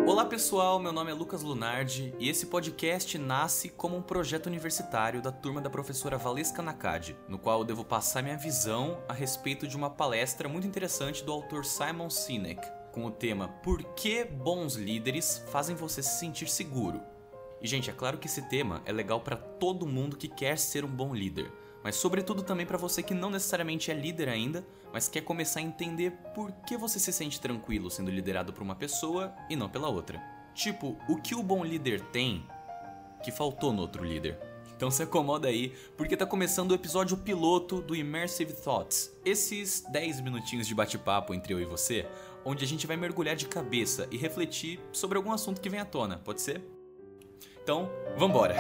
Olá pessoal, meu nome é Lucas Lunardi e esse podcast nasce como um projeto universitário da turma da professora Valesca Nakade, no qual eu devo passar minha visão a respeito de uma palestra muito interessante do autor Simon Sinek, com o tema Por que bons líderes fazem você se sentir seguro? E gente, é claro que esse tema é legal para todo mundo que quer ser um bom líder, mas sobretudo também para você que não necessariamente é líder ainda, mas quer começar a entender por que você se sente tranquilo sendo liderado por uma pessoa e não pela outra. Tipo, o que o bom líder tem que faltou no outro líder? Então se acomoda aí, porque tá começando o episódio piloto do Immersive Thoughts. Esses 10 minutinhos de bate-papo entre eu e você, onde a gente vai mergulhar de cabeça e refletir sobre algum assunto que vem à tona, pode ser? Então, vambora!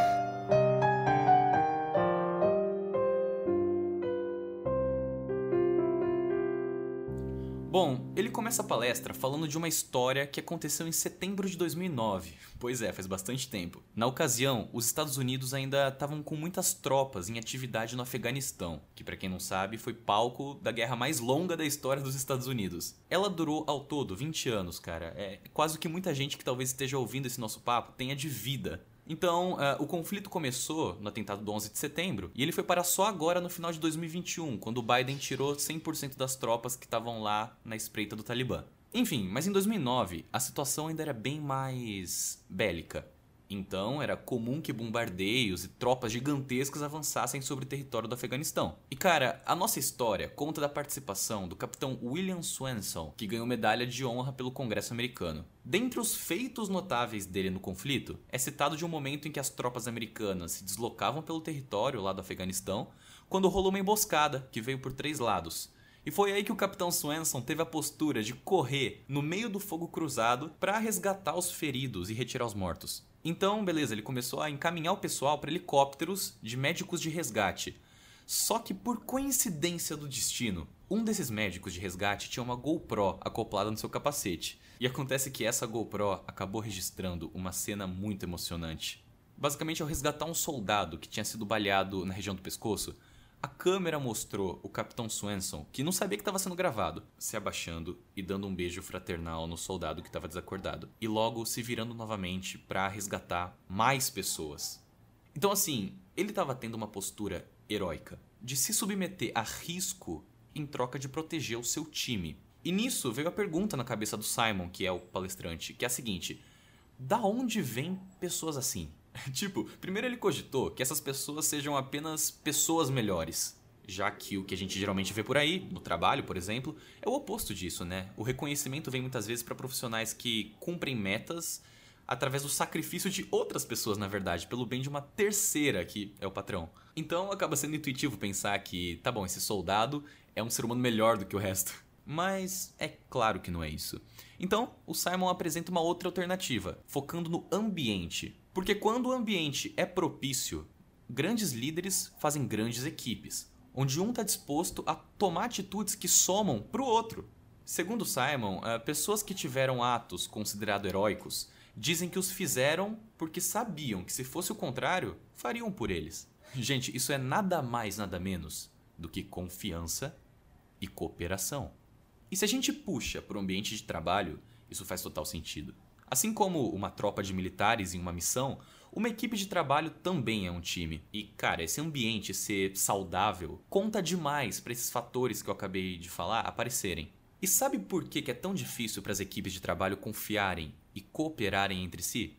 Bom, ele começa a palestra falando de uma história que aconteceu em setembro de 2009. Pois é, faz bastante tempo. Na ocasião, os Estados Unidos ainda estavam com muitas tropas em atividade no Afeganistão, que pra quem não sabe foi palco da guerra mais longa da história dos Estados Unidos. Ela durou ao todo 20 anos, cara. É quase o que muita gente que talvez esteja ouvindo esse nosso papo tenha de vida. Então, o conflito começou no atentado do 11 de setembro e ele foi parar só agora no final de 2021, quando o Biden tirou 100% das tropas que estavam lá na espreita do Talibã. Enfim, mas em 2009 a situação ainda era bem mais bélica. Então, era comum que bombardeios e tropas gigantescas avançassem sobre o território do Afeganistão. E cara, a nossa história conta da participação do capitão William Swenson, que ganhou medalha de honra pelo Congresso americano. Dentre os feitos notáveis dele no conflito, é citado de um momento em que as tropas americanas se deslocavam pelo território lá do Afeganistão, quando rolou uma emboscada que veio por 3 lados. E foi aí que o capitão Swenson teve a postura de correr no meio do fogo cruzado para resgatar os feridos e retirar os mortos. Então, beleza, ele começou a encaminhar o pessoal para helicópteros de médicos de resgate. Só que por coincidência do destino, um desses médicos de resgate tinha uma GoPro acoplada no seu capacete. E acontece que essa GoPro acabou registrando uma cena muito emocionante. Basicamente, ao resgatar um soldado que tinha sido baleado na região do pescoço, a câmera mostrou o capitão Swenson, que não sabia que estava sendo gravado, se abaixando e dando um beijo fraternal no soldado que estava desacordado. E logo se virando novamente para resgatar mais pessoas. Então assim, ele estava tendo uma postura heróica, de se submeter a risco em troca de proteger o seu time. E nisso veio a pergunta na cabeça do Simon, que é o palestrante, que é a seguinte: da onde vêm pessoas assim? Tipo, primeiro ele cogitou que essas pessoas sejam apenas pessoas melhores, já que o que a gente geralmente vê por aí, no trabalho, por exemplo, é o oposto disso, né? O reconhecimento vem muitas vezes para profissionais que cumprem metas através do sacrifício de outras pessoas, na verdade, pelo bem de uma terceira, que é o patrão. Então acaba sendo intuitivo pensar que, tá bom, esse soldado é um ser humano melhor do que o resto. Mas é claro que não é isso. Então, o Simon apresenta uma outra alternativa, focando no ambiente. Porque quando o ambiente é propício, grandes líderes fazem grandes equipes, onde um está disposto a tomar atitudes que somam para o outro. Segundo Simon, pessoas que tiveram atos considerados heróicos dizem que os fizeram porque sabiam que se fosse o contrário, fariam por eles. Gente, isso é nada mais, nada menos do que confiança e cooperação. E se a gente puxa para o ambiente de trabalho, isso faz total sentido. Assim como uma tropa de militares em uma missão, uma equipe de trabalho também é um time. E, cara, esse ambiente ser saudável conta demais para esses fatores que eu acabei de falar aparecerem. E sabe por que é tão difícil para as equipes de trabalho confiarem e cooperarem entre si?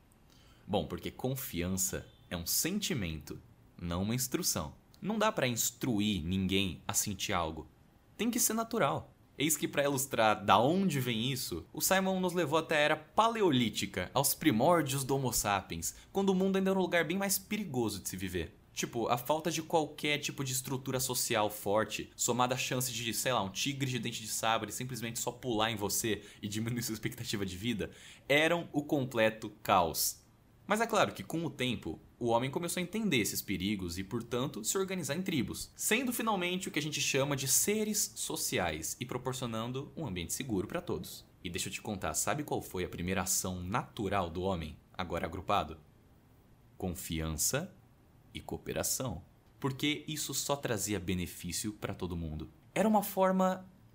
Bom, porque confiança é um sentimento, não uma instrução. Não dá para instruir ninguém a sentir algo. Tem que ser natural. Eis que para ilustrar da onde vem isso, o Simon nos levou até a era paleolítica, aos primórdios do Homo sapiens, quando o mundo ainda era um lugar bem mais perigoso de se viver. Tipo, a falta de qualquer tipo de estrutura social forte, somada à chance de, sei lá, um tigre de dente de sabre simplesmente só pular em você e diminuir sua expectativa de vida, eram o completo caos. Mas é claro que com o tempo, o homem começou a entender esses perigos e, portanto, se organizar em tribos, sendo finalmente o que a gente chama de seres sociais e proporcionando um ambiente seguro para todos. E deixa eu te contar, sabe qual foi a primeira ação natural do homem, agora agrupado? Confiança e cooperação. Porque isso só trazia benefício para todo mundo. Era uma forma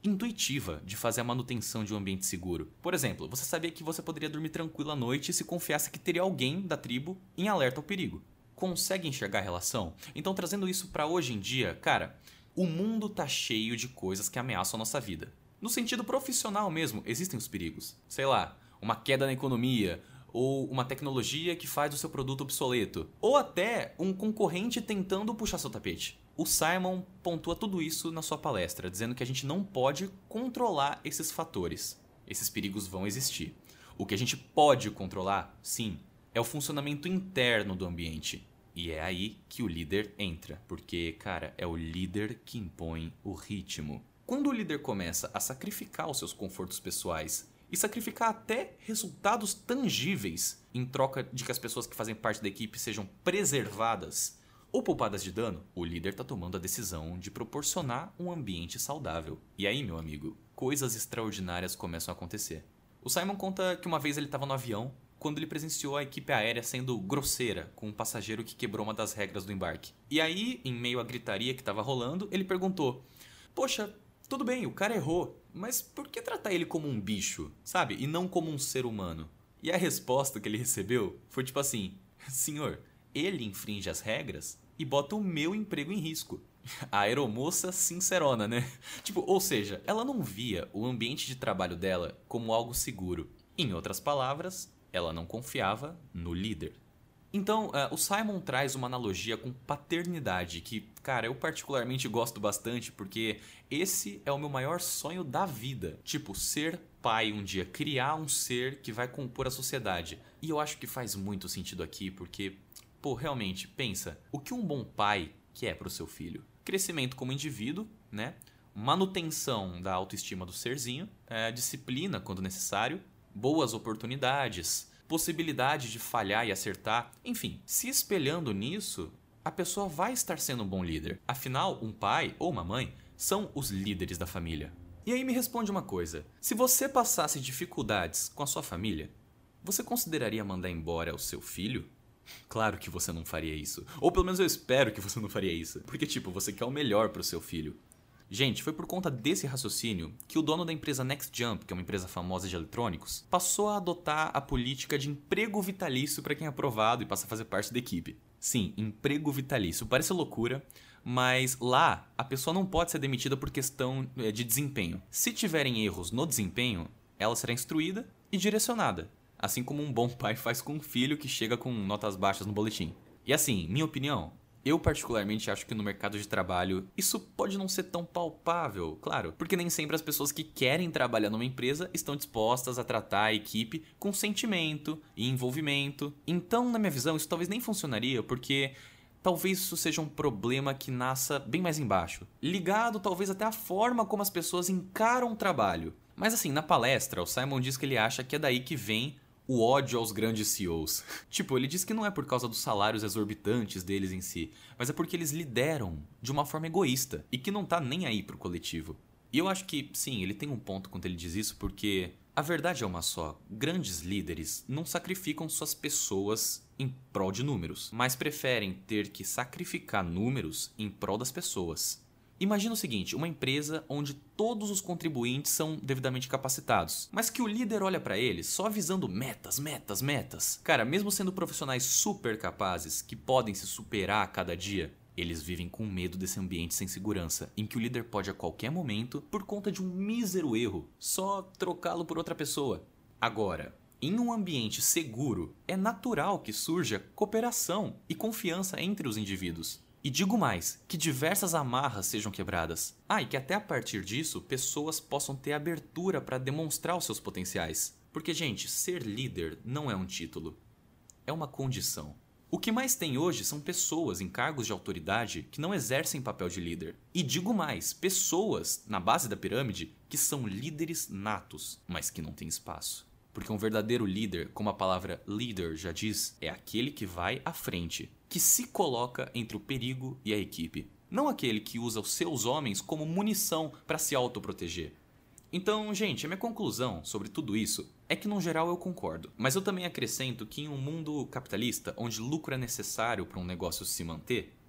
intuitiva de fazer a manutenção de um ambiente seguro. Por exemplo, você sabia que você poderia dormir tranquilo à noite se confiasse que teria alguém da tribo em alerta ao perigo. Consegue enxergar a relação? Então, trazendo isso para hoje em dia, cara, o mundo tá cheio de coisas que ameaçam a nossa vida. No sentido profissional mesmo, existem os perigos. Sei lá, uma queda na economia, ou uma tecnologia que faz o seu produto obsoleto, ou até um concorrente tentando puxar seu tapete. O Simon pontua tudo isso na sua palestra, dizendo que a gente não pode controlar esses fatores. Esses perigos vão existir. O que a gente pode controlar, sim, é o funcionamento interno do ambiente. E é aí que o líder entra, porque, cara, é o líder que impõe o ritmo. Quando o líder começa a sacrificar os seus confortos pessoais e sacrificar até resultados tangíveis em troca de que as pessoas que fazem parte da equipe sejam preservadas ou poupadas de dano, o líder está tomando a decisão de proporcionar um ambiente saudável. E aí, meu amigo, coisas extraordinárias começam a acontecer. O Simon conta que uma vez ele estava no avião quando ele presenciou a equipe aérea sendo grosseira com um passageiro que quebrou uma das regras do embarque. E aí, em meio à gritaria que estava rolando, ele perguntou: "Poxa, tudo bem, o cara errou, mas por que tratar ele como um bicho, sabe? E não como um ser humano?" E a resposta que ele recebeu foi tipo assim: "Senhor, ele infringe as regras e bota o meu emprego em risco." A aeromoça sincerona, né? Tipo, ou seja, ela não via o ambiente de trabalho dela como algo seguro. Em outras palavras, ela não confiava no líder. Então, o Simon traz uma analogia com paternidade que, cara, eu particularmente gosto bastante porque esse é o meu maior sonho da vida. Tipo, ser pai um dia, criar um ser que vai compor a sociedade. E eu acho que faz muito sentido aqui porque, pô, realmente, pensa, o que um bom pai quer pro seu filho? Crescimento como indivíduo, né? Manutenção da autoestima do serzinho, disciplina quando necessário, boas oportunidades, possibilidade de falhar e acertar. Enfim, se espelhando nisso, a pessoa vai estar sendo um bom líder. Afinal, um pai ou uma mãe são os líderes da família. E aí me responde uma coisa. Se você passasse dificuldades com a sua família, você consideraria mandar embora o seu filho? Claro que você não faria isso. Ou pelo menos eu espero que você não faria isso. Porque, tipo, você quer o melhor pro seu filho. Gente, foi por conta desse raciocínio que o dono da empresa NextJump, que é uma empresa famosa de eletrônicos, passou a adotar a política de emprego vitalício para quem é aprovado e passa a fazer parte da equipe. Sim, emprego vitalício. Parece loucura, mas lá a pessoa não pode ser demitida por questão de desempenho. Se tiverem erros no desempenho, ela será instruída e direcionada. Assim como um bom pai faz com um filho que chega com notas baixas no boletim. E assim, minha opinião, eu particularmente acho que no mercado de trabalho isso pode não ser tão palpável, claro, porque nem sempre as pessoas que querem trabalhar numa empresa estão dispostas a tratar a equipe com sentimento e envolvimento. Então, na minha visão, isso talvez nem funcionaria porque talvez isso seja um problema que nasça bem mais embaixo, ligado talvez até à forma como as pessoas encaram o trabalho. Mas assim, na palestra, o Simon diz que ele acha que é daí que vem o ódio aos grandes CEOs. Tipo, ele diz que não é por causa dos salários exorbitantes deles em si, mas é porque eles lideram de uma forma egoísta e que não tá nem aí pro coletivo. E eu acho que, sim, ele tem um ponto quando ele diz isso, porque a verdade é uma só. Grandes líderes não sacrificam suas pessoas em prol de números, mas preferem ter que sacrificar números em prol das pessoas. Imagina o seguinte, uma empresa onde todos os contribuintes são devidamente capacitados, mas que o líder olha pra eles só visando metas, metas, metas. Cara, mesmo sendo profissionais super capazes, que podem se superar a cada dia, eles vivem com medo desse ambiente sem segurança, em que o líder pode a qualquer momento, por conta de um mísero erro, só trocá-lo por outra pessoa. Agora, em um ambiente seguro, é natural que surja cooperação e confiança entre os indivíduos. E digo mais, que diversas amarras sejam quebradas. E que até a partir disso, pessoas possam ter abertura para demonstrar os seus potenciais. Porque, gente, ser líder não é um título, é uma condição. O que mais tem hoje são pessoas em cargos de autoridade que não exercem papel de líder. E digo mais, pessoas na base da pirâmide que são líderes natos, mas que não têm espaço. Porque um verdadeiro líder, como a palavra leader já diz, é aquele que vai à frente, que se coloca entre o perigo e a equipe. Não aquele que usa os seus homens como munição para se autoproteger. Então, gente, a minha conclusão sobre tudo isso é que, no geral, eu concordo. Mas eu também acrescento que em um mundo capitalista, onde lucro é necessário para um negócio se manter,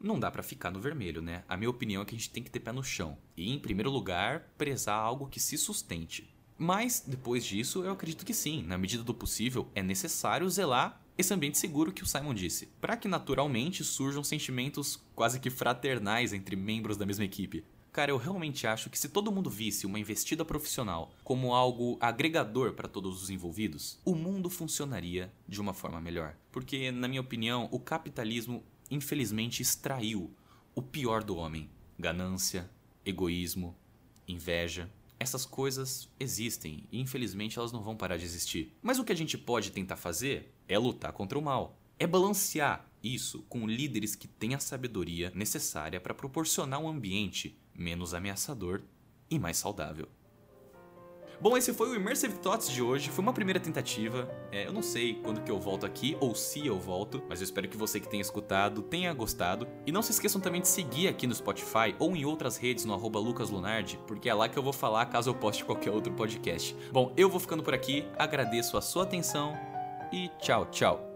não dá pra ficar no vermelho, né? A minha opinião é que a gente tem que ter pé no chão. E, em primeiro lugar, prezar algo que se sustente. Mas, depois disso, eu acredito que sim, na medida do possível, é necessário zelar esse ambiente seguro que o Simon disse, para que naturalmente surjam sentimentos quase que fraternais entre membros da mesma equipe. Cara, eu realmente acho que se todo mundo visse uma investida profissional como algo agregador para todos os envolvidos, o mundo funcionaria de uma forma melhor. Porque, na minha opinião, o capitalismo infelizmente extraiu o pior do homem: ganância, egoísmo, inveja. Essas coisas existem e infelizmente elas não vão parar de existir. Mas o que a gente pode tentar fazer é lutar contra o mal. É balancear isso com líderes que têm a sabedoria necessária para proporcionar um ambiente menos ameaçador e mais saudável. Bom, esse foi o Immersive Thoughts de hoje. Foi uma primeira tentativa. Eu não sei quando que eu volto aqui ou se eu volto, mas eu espero que você que tenha escutado tenha gostado. E não se esqueçam também de seguir aqui no Spotify ou em outras redes no @LucasLunardi, porque é lá que eu vou falar caso eu poste qualquer outro podcast. Bom, eu vou ficando por aqui, agradeço a sua atenção e tchau, tchau.